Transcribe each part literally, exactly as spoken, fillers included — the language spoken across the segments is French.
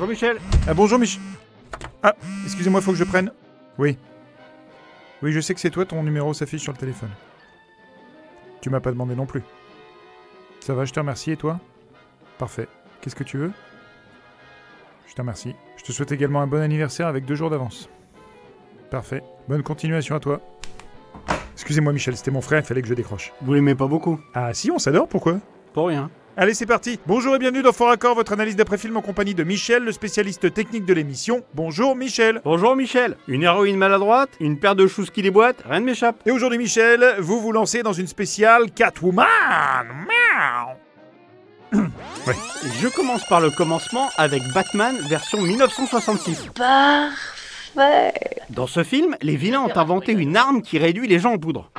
Bonjour Michel. Ah bonjour Michel. Ah, excusez-moi, faut que je prenne. Oui. Oui, je sais que c'est toi, ton numéro s'affiche sur le téléphone. Tu m'as pas demandé non plus. Ça va, je te remercie, et toi? Parfait. Qu'est-ce que tu veux? Je te remercie. Je te souhaite également un bon anniversaire avec deux jours d'avance. Parfait. Bonne continuation à toi. Excusez-moi Michel, c'était mon frère, il fallait que je décroche. Vous l'aimez pas beaucoup? Ah si, on s'adore, pourquoi? Pour rien. Allez, c'est parti. Bonjour et bienvenue dans Fort Accord, votre analyse d'après-film en compagnie de Michel, le spécialiste technique de l'émission. Bonjour Michel. Bonjour Michel. Une héroïne maladroite, une paire de choses qui déboîtent, rien ne m'échappe. Et aujourd'hui Michel, vous vous lancez dans une spéciale Catwoman. Miaou. Ouais. Je commence par le commencement avec Batman version mille neuf cent soixante-six. Parfait. Dans ce film, les vilains ont inventé une arme qui réduit les gens en poudre.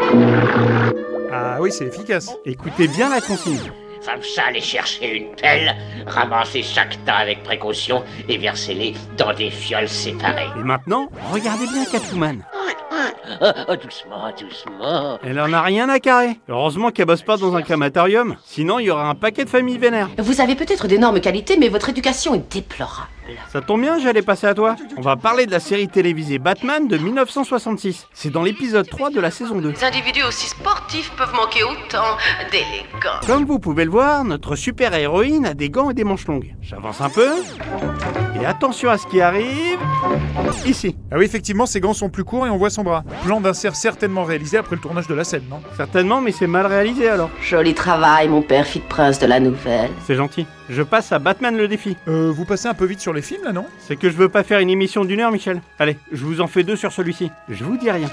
Ah oui, c'est efficace. Écoutez bien la consigne. Femme ça, allez chercher une pelle, ramassez chaque tas avec précaution et versez-les dans des fioles séparées. Et maintenant, regardez bien Catwoman. Oh, oh, doucement, doucement. Elle en a rien à carrer. Heureusement qu'elle bosse pas dans un crématorium, sinon il y aura un paquet de familles vénères. Vous avez peut-être d'énormes qualités, mais votre éducation est déplorable. Ça tombe bien, j'allais passer à toi. On va parler de la série télévisée Batman de mille neuf cent soixante-six. C'est dans l'épisode trois de la saison deux. Les individus aussi sportifs peuvent manquer autant d'élégance. Comme vous pouvez le voir, notre super-héroïne a des gants et des manches longues. J'avance un peu. Et attention à ce qui arrive. Ici. Ah oui, effectivement, ses gants sont plus courts et on voit son bras. Plan d'insert certainement réalisé après le tournage de la scène, non? Certainement, mais c'est mal réalisé alors. Joli travail, mon père fit prince de la nouvelle. C'est gentil. Je passe à Batman le défi. Euh, vous passez un peu vite sur les films, là, non? C'est que je veux pas faire une émission d'une heure, Michel. Allez, je vous en fais deux sur celui-ci. Je vous dis rien.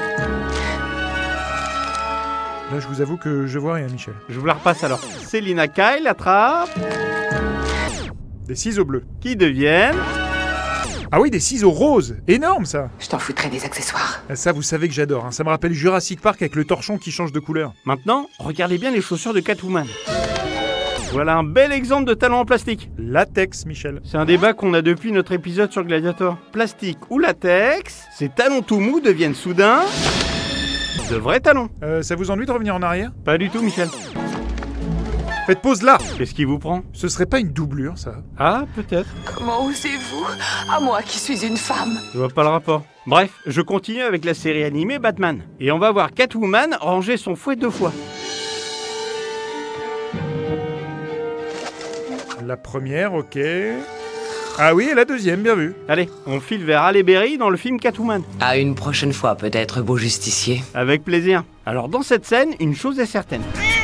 Là, je vous avoue que je vois rien, Michel. Je vous la repasse alors. Selina Kyle attrape... Des ciseaux bleus. Qui deviennent... Ah oui, des ciseaux roses. Énorme, ça. Je t'en foutrais des accessoires. Ça, vous savez que j'adore. Hein. Ça me rappelle Jurassic Park avec le torchon qui change de couleur. Maintenant, regardez bien les chaussures de Catwoman. Voilà un bel exemple de talon en plastique. Latex, Michel. C'est un débat qu'on a depuis notre épisode sur Gladiator. Plastique ou latex, ces talons tout mous deviennent soudain... de vrais talons. Euh, ça vous ennuie de revenir en arrière? Pas du tout, Michel. Faites pause là. Qu'est-ce qui vous prend? Ce serait pas une doublure, ça? Ah, peut-être. Comment osez-vous? À moi qui suis une femme. Je vois pas le rapport. Bref, je continue avec la série animée Batman. Et on va voir Catwoman ranger son fouet deux fois. La première, ok. Ah oui, et la deuxième, bien vu. Allez, on file vers Halle Berry dans le film Catwoman. À une prochaine fois, peut-être, beau justicier. Avec plaisir. Alors dans cette scène, une chose est certaine.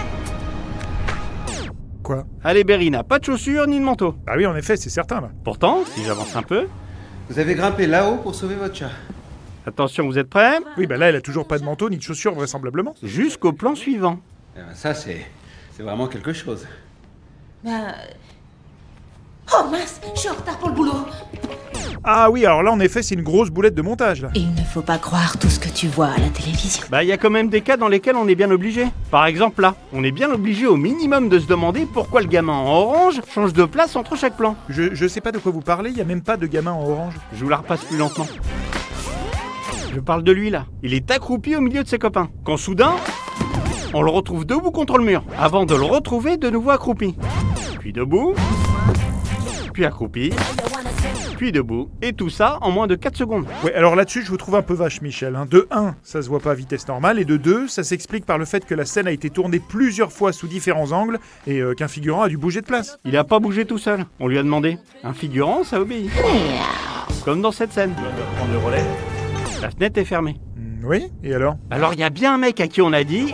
Quoi? Halle Berry n'a pas de chaussures ni de manteau. Ah oui, en effet, c'est certain, là. Pourtant, si j'avance un peu... Vous avez grimpé là-haut pour sauver votre chat. Attention, vous êtes prêts? Oui, bah là, elle a toujours pas de manteau ni de chaussures, vraisemblablement. Jusqu'au plan suivant. Eh ben ça, c'est... c'est vraiment quelque chose. Ben... Oh mince, je suis en retard pour le boulot. Ah oui, alors là, en effet, c'est une grosse boulette de montage, là. Il ne faut pas croire tout ce que tu vois à la télévision. Bah, il y a quand même des cas dans lesquels on est bien obligé. Par exemple, là, on est bien obligé au minimum de se demander pourquoi le gamin en orange change de place entre chaque plan. Je, je sais pas de quoi vous parlez, y a même pas de gamin en orange. Je vous la repasse plus lentement. Je parle de lui, là. Il est accroupi au milieu de ses copains. Quand soudain, on le retrouve debout contre le mur, avant de le retrouver de nouveau accroupi. Puis debout, puis accroupi, puis debout, et tout ça en moins de quatre secondes. Ouais, alors là-dessus, je vous trouve un peu vache, Michel. Hein. De un, ça se voit pas à vitesse normale, et de deux, ça s'explique par le fait que la scène a été tournée plusieurs fois sous différents angles, et euh, qu'un figurant a dû bouger de place. Il a pas bougé tout seul, on lui a demandé. Un figurant, ça obéit. Comme dans cette scène. Prendre le relais. La fenêtre est fermée. Mm, oui, et alors? Alors il y a bien un mec à qui on a dit...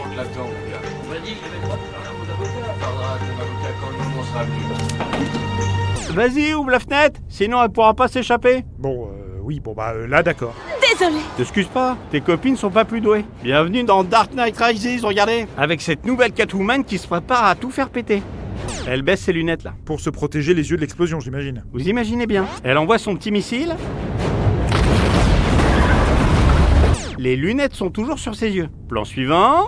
Vas-y, ouvre la fenêtre, sinon elle pourra pas s'échapper. Bon, euh, oui, bon bah euh, là, d'accord. Désolée. T'excuses pas, tes copines sont pas plus douées. Bienvenue dans Dark Knight Rises, regardez. Avec cette nouvelle Catwoman qui se prépare à tout faire péter. Elle baisse ses lunettes là. Pour se protéger les yeux de l'explosion, j'imagine. Vous imaginez bien. Elle envoie son petit missile. Les lunettes sont toujours sur ses yeux. Plan suivant.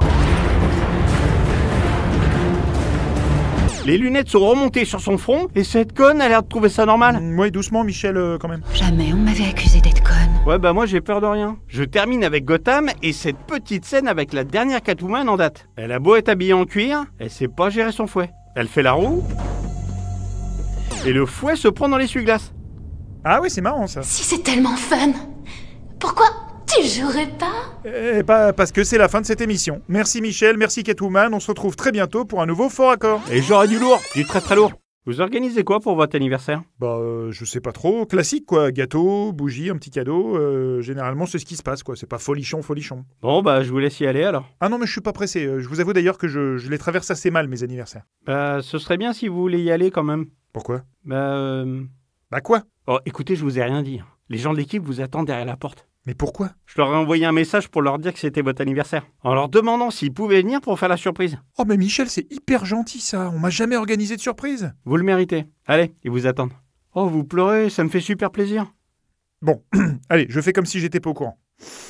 Les lunettes sont remontées sur son front et cette conne a l'air de trouver ça normal. Mm, ouais, doucement, Michel, euh, quand même. Jamais on m'avait accusé d'être conne. Ouais, bah moi j'ai peur de rien. Je termine avec Gotham et cette petite scène avec la dernière Catwoman en date. Elle a beau être habillée en cuir, elle sait pas gérer son fouet. Elle fait la roue. et le fouet se prend dans l'essuie-glace. Ah oui, c'est marrant ça. Si c'est tellement fun, pourquoi tu jouerais pas? Eh pas parce que c'est la fin de cette émission. Merci Michel, merci Catwoman, on se retrouve très bientôt pour un nouveau Fort Accord. Et j'aurai du lourd, du très très lourd. Vous organisez quoi pour votre anniversaire? Bah, euh, je sais pas trop. Classique, quoi. Gâteau, bougie, un petit cadeau. Euh, généralement, c'est ce qui se passe, quoi. C'est pas folichon, folichon. Bon, bah, je vous laisse y aller alors. Ah non, mais je suis pas pressé. Euh, Je vous avoue d'ailleurs que je, je les traverse assez mal, mes anniversaires. Bah, ce serait bien si vous voulez y aller quand même. Pourquoi? Bah, euh... Bah quoi? Oh, écoutez, je vous ai rien dit. Les gens de l'équipe vous attendent derrière la porte. Mais pourquoi? Je leur ai envoyé un message pour leur dire que c'était votre anniversaire, en leur demandant s'ils pouvaient venir pour faire la surprise. Oh, mais Michel, c'est hyper gentil, ça. On m'a jamais organisé de surprise. Vous le méritez. Allez, ils vous attendent. Oh, vous pleurez, ça me fait super plaisir. Bon, allez, je fais comme si j'étais pas au courant.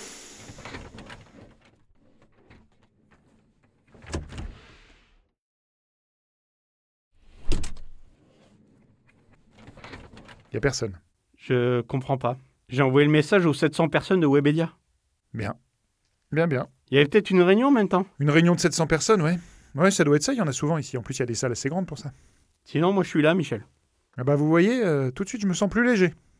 Y a personne. Je comprends pas. J'ai envoyé le message aux sept cents personnes de Webedia. Bien. Bien, bien. Il y avait peut-être une réunion en même temps. Une réunion de sept cents personnes, ouais. Ouais, ça doit être ça, il y en a souvent ici. En plus, il y a des salles assez grandes pour ça. Sinon, moi je suis là, Michel. Ah bah, vous voyez, euh, tout de suite, je me sens plus léger.